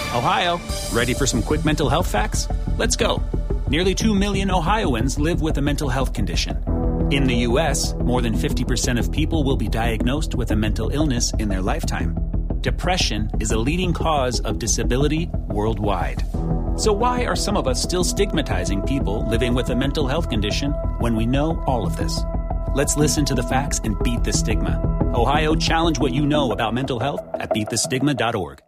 Ohio, ready for some quick mental health facts? Let's go. Nearly 2 million Ohioans live with a mental health condition. In the U.S., more than 50% of people will be diagnosed with a mental illness in their lifetime. Depression is a leading cause of disability worldwide. So why are some of us still stigmatizing people living with a mental health condition when we know all of this? Let's listen to the facts and beat the stigma. Ohio, challenge what you know about mental health at beatthestigma.org.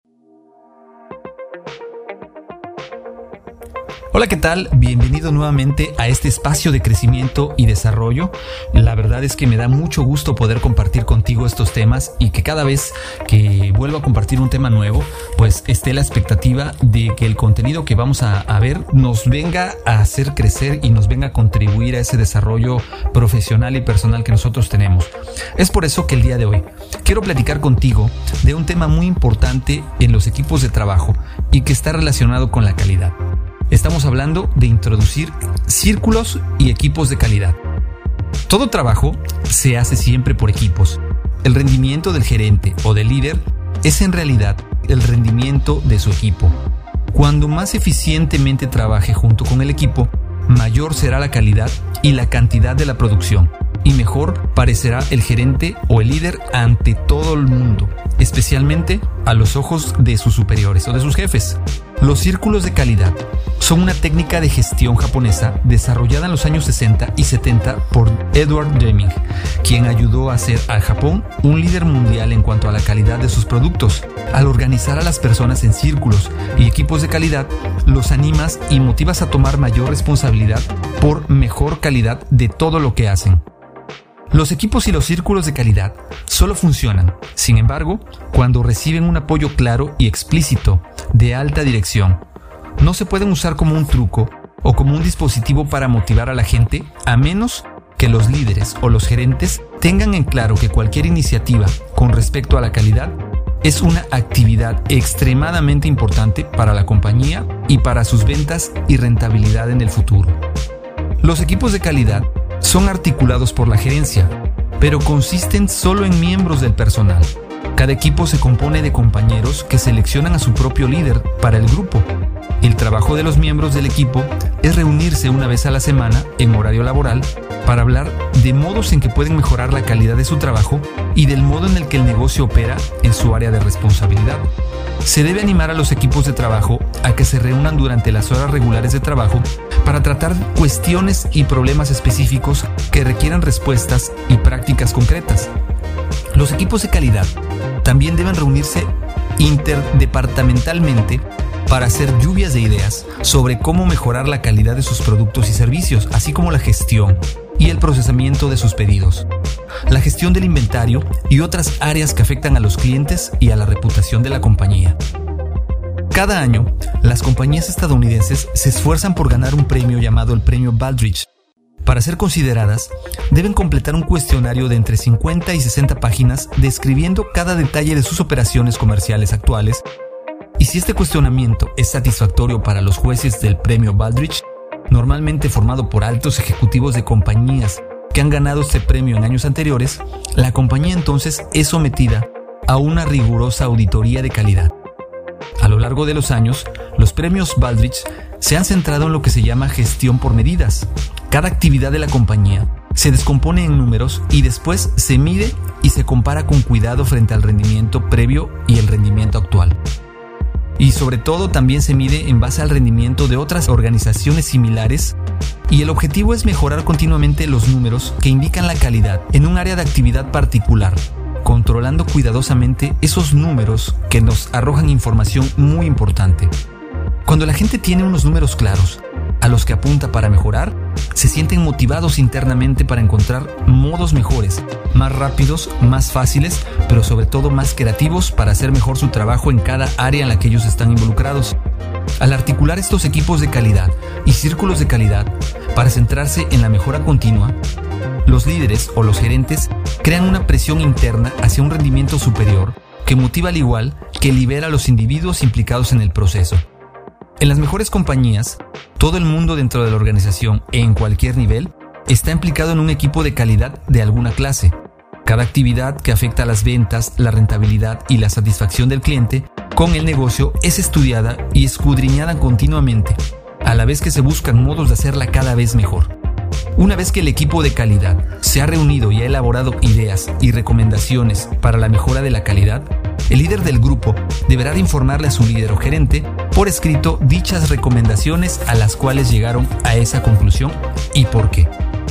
Hola, ¿qué tal? Bienvenido nuevamente a este espacio de crecimiento y desarrollo. La verdad es que me da mucho gusto poder compartir contigo estos temas y que cada vez que vuelvo a compartir un tema nuevo, pues esté la expectativa de que el contenido que vamos a ver nos venga a hacer crecer y nos venga a contribuir a ese desarrollo profesional y personal que nosotros tenemos. Es por eso que el día de hoy quiero platicar contigo de un tema muy importante en los equipos de trabajo y que está relacionado con la calidad. Estamos hablando de introducir círculos y equipos de calidad. Todo trabajo se hace siempre por equipos. El rendimiento del gerente o del líder es en realidad el rendimiento de su equipo. Cuando más eficientemente trabaje junto con el equipo, mayor será la calidad y la cantidad de la producción, y mejor parecerá el gerente o el líder ante todo el mundo, especialmente a los ojos de sus superiores o de sus jefes. Los círculos de calidad son una técnica de gestión japonesa desarrollada en los años 60 y 70 por Edward Deming, quien ayudó a hacer al Japón un líder mundial en cuanto a la calidad de sus productos. Al organizar a las personas en círculos y equipos de calidad, los animas y motivas a tomar mayor responsabilidad por mejor calidad de todo lo que hacen. Los equipos y los círculos de calidad solo funcionan, sin embargo, cuando reciben un apoyo claro y explícito de alta dirección. No se pueden usar como un truco o como un dispositivo para motivar a la gente, a menos que los líderes o los gerentes tengan en claro que cualquier iniciativa con respecto a la calidad es una actividad extremadamente importante para la compañía y para sus ventas y rentabilidad en el futuro. Los equipos de calidad son articulados por la gerencia, pero consisten solo en miembros del personal. Cada equipo se compone de compañeros que seleccionan a su propio líder para el grupo. El trabajo de los miembros del equipo es reunirse una vez a la semana en horario laboral para hablar de modos en que pueden mejorar la calidad de su trabajo y del modo en el que el negocio opera en su área de responsabilidad. Se debe animar a los equipos de trabajo a que se reúnan durante las horas regulares de trabajo para tratar cuestiones y problemas específicos que requieran respuestas y prácticas concretas. Los equipos de calidad también deben reunirse interdepartamentalmente para hacer lluvias de ideas sobre cómo mejorar la calidad de sus productos y servicios, así como la gestión y el procesamiento de sus pedidos, la gestión del inventario y otras áreas que afectan a los clientes y a la reputación de la compañía. Cada año, las compañías estadounidenses se esfuerzan por ganar un premio llamado el Premio Baldrige. Para ser consideradas, deben completar un cuestionario de entre 50 y 60 páginas describiendo cada detalle de sus operaciones comerciales actuales, y si este cuestionamiento es satisfactorio para los jueces del Premio Baldrige, normalmente formado por altos ejecutivos de compañías que han ganado este premio en años anteriores, la compañía entonces es sometida a una rigurosa auditoría de calidad. A lo largo de los años, los premios Baldrige se han centrado en lo que se llama gestión por medidas. Cada actividad de la compañía se descompone en números y después se mide y se compara con cuidado frente al rendimiento previo y el rendimiento actual. Y sobre todo también se mide en base al rendimiento de otras organizaciones similares, y el objetivo es mejorar continuamente los números que indican la calidad en un área de actividad particular, controlando cuidadosamente esos números que nos arrojan información muy importante. Cuando la gente tiene unos números claros a los que apunta para mejorar, se sienten motivados internamente para encontrar modos mejores, más rápidos, más fáciles, pero sobre todo más creativos para hacer mejor su trabajo en cada área en la que ellos están involucrados. Al articular estos equipos de calidad y círculos de calidad para centrarse en la mejora continua, los líderes o los gerentes crean una presión interna hacia un rendimiento superior que motiva al igual que libera a los individuos implicados en el proceso. En las mejores compañías, todo el mundo dentro de la organización en cualquier nivel está implicado en un equipo de calidad de alguna clase. Cada actividad que afecta a las ventas, la rentabilidad y la satisfacción del cliente con el negocio es estudiada y escudriñada continuamente, a la vez que se buscan modos de hacerla cada vez mejor. Una vez que el equipo de calidad se ha reunido y ha elaborado ideas y recomendaciones para la mejora de la calidad, el líder del grupo deberá de informarle a su líder o gerente por escrito dichas recomendaciones a las cuales llegaron a esa conclusión y por qué.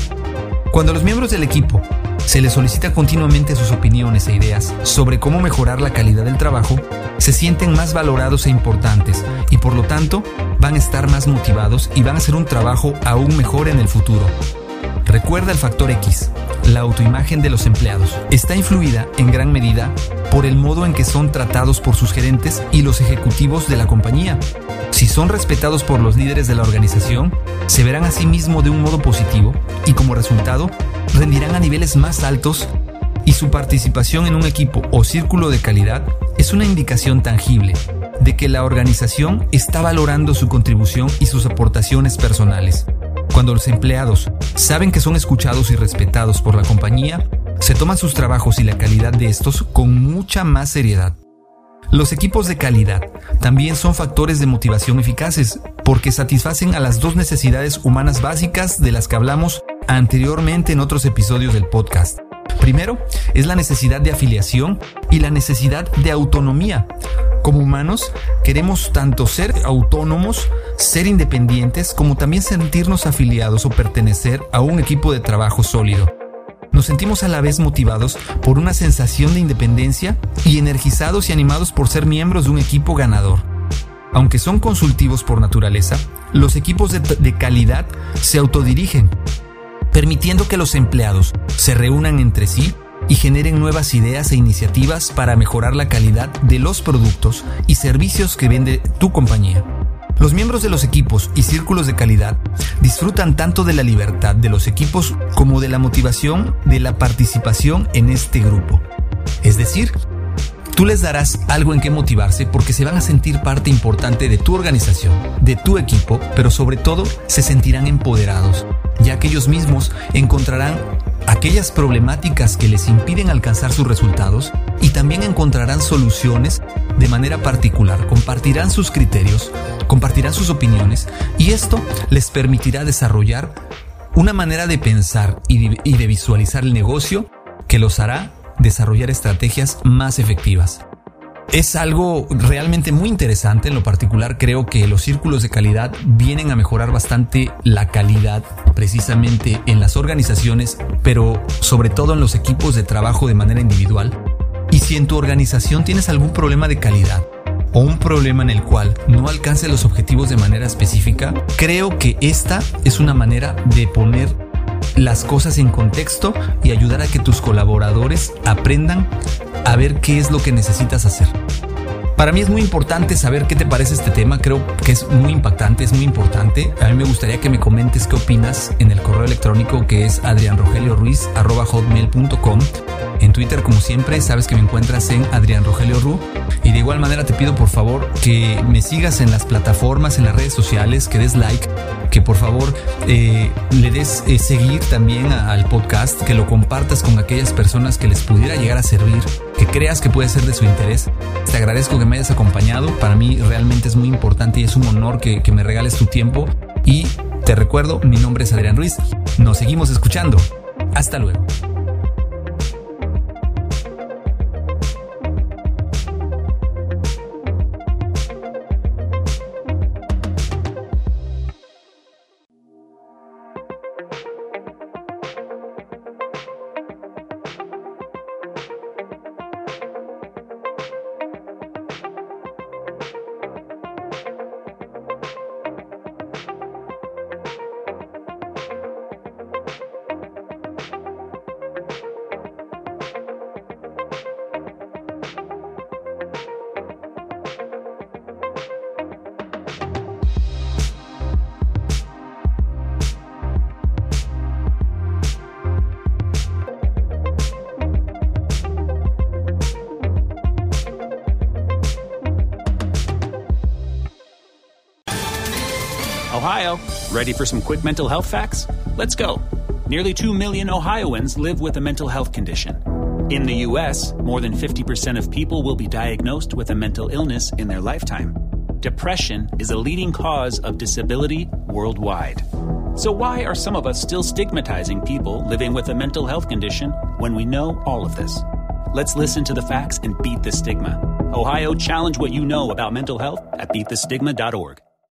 Cuando a los miembros del equipo se les solicita continuamente sus opiniones e ideas sobre cómo mejorar la calidad del trabajo, se sienten más valorados e importantes y por lo tanto van a estar más motivados y van a hacer un trabajo aún mejor en el futuro. Recuerda el factor X, la autoimagen de los empleados. Está influida en gran medida por el modo en que son tratados por sus gerentes y los ejecutivos de la compañía. Si son respetados por los líderes de la organización, se verán a sí mismos de un modo positivo y como resultado rendirán a niveles más altos y su participación en un equipo o círculo de calidad es una indicación tangible de que la organización está valorando su contribución y sus aportaciones personales. Cuando los empleados saben que son escuchados y respetados por la compañía, se toman sus trabajos y la calidad de estos con mucha más seriedad. Los equipos de calidad también son factores de motivación eficaces porque satisfacen a las dos necesidades humanas básicas de las que hablamos anteriormente en otros episodios del podcast. Primero, es la necesidad de afiliación y la necesidad de autonomía. Como humanos, queremos tanto ser autónomos, ser independientes, como también sentirnos afiliados o pertenecer a un equipo de trabajo sólido. Nos sentimos a la vez motivados por una sensación de independencia y energizados y animados por ser miembros de un equipo ganador. Aunque son consultivos por naturaleza, los equipos de calidad se autodirigen, permitiendo que los empleados se reúnan entre sí y generen nuevas ideas e iniciativas para mejorar la calidad de los productos y servicios que vende tu compañía. Los miembros de los equipos y círculos de calidad disfrutan tanto de la libertad de los equipos como de la motivación de la participación en este grupo. Es decir, tú les darás algo en que motivarse porque se van a sentir parte importante de tu organización, de tu equipo, pero sobre todo se sentirán empoderados, ya que ellos mismos encontrarán aquellas problemáticas que les impiden alcanzar sus resultados y también encontrarán soluciones de manera particular, compartirán sus criterios, compartirán sus opiniones y esto les permitirá desarrollar una manera de pensar y de visualizar el negocio que los hará desarrollar estrategias más efectivas. Es algo realmente muy interesante. En lo particular, creo que los círculos de calidad vienen a mejorar bastante la calidad precisamente en las organizaciones, pero sobre todo en los equipos de trabajo de manera individual. Y si en tu organización tienes algún problema de calidad o un problema en el cual no alcance los objetivos de manera específica, creo que esta es una manera de poner las cosas en contexto y ayudar a que tus colaboradores aprendan a ver qué es lo que necesitas hacer. Para mí es muy importante saber qué te parece este tema. Creo que es muy impactante, es muy importante. A mí me gustaría que me comentes qué opinas en el correo electrónico que es adrianrogelioruiz@hotmail.com. En Twitter, como siempre, sabes que me encuentras en adrianrogelioru. Y de igual manera te pido por favor que me sigas en las plataformas, en las redes sociales, que des like, que por favor le des seguir también al podcast, que lo compartas con aquellas personas que les pudiera llegar a servir, que creas que puede ser de su interés. Te agradezco que me hayas acompañado. Para mí realmente es muy importante y es un honor que me regales tu tiempo. Y te recuerdo, mi nombre es Adrián Ruiz. Nos seguimos escuchando. Hasta luego. Ohio, ready for some quick mental health facts? Let's go. Nearly 2 million Ohioans live with a mental health condition. In the U.S., more than 50% of people will be diagnosed with a mental illness in their lifetime. Depression is a leading cause of disability worldwide. So why are some of us still stigmatizing people living with a mental health condition when we know all of this? Let's listen to the facts and beat the stigma. Ohio, challenge what you know about mental health at beatthestigma.org.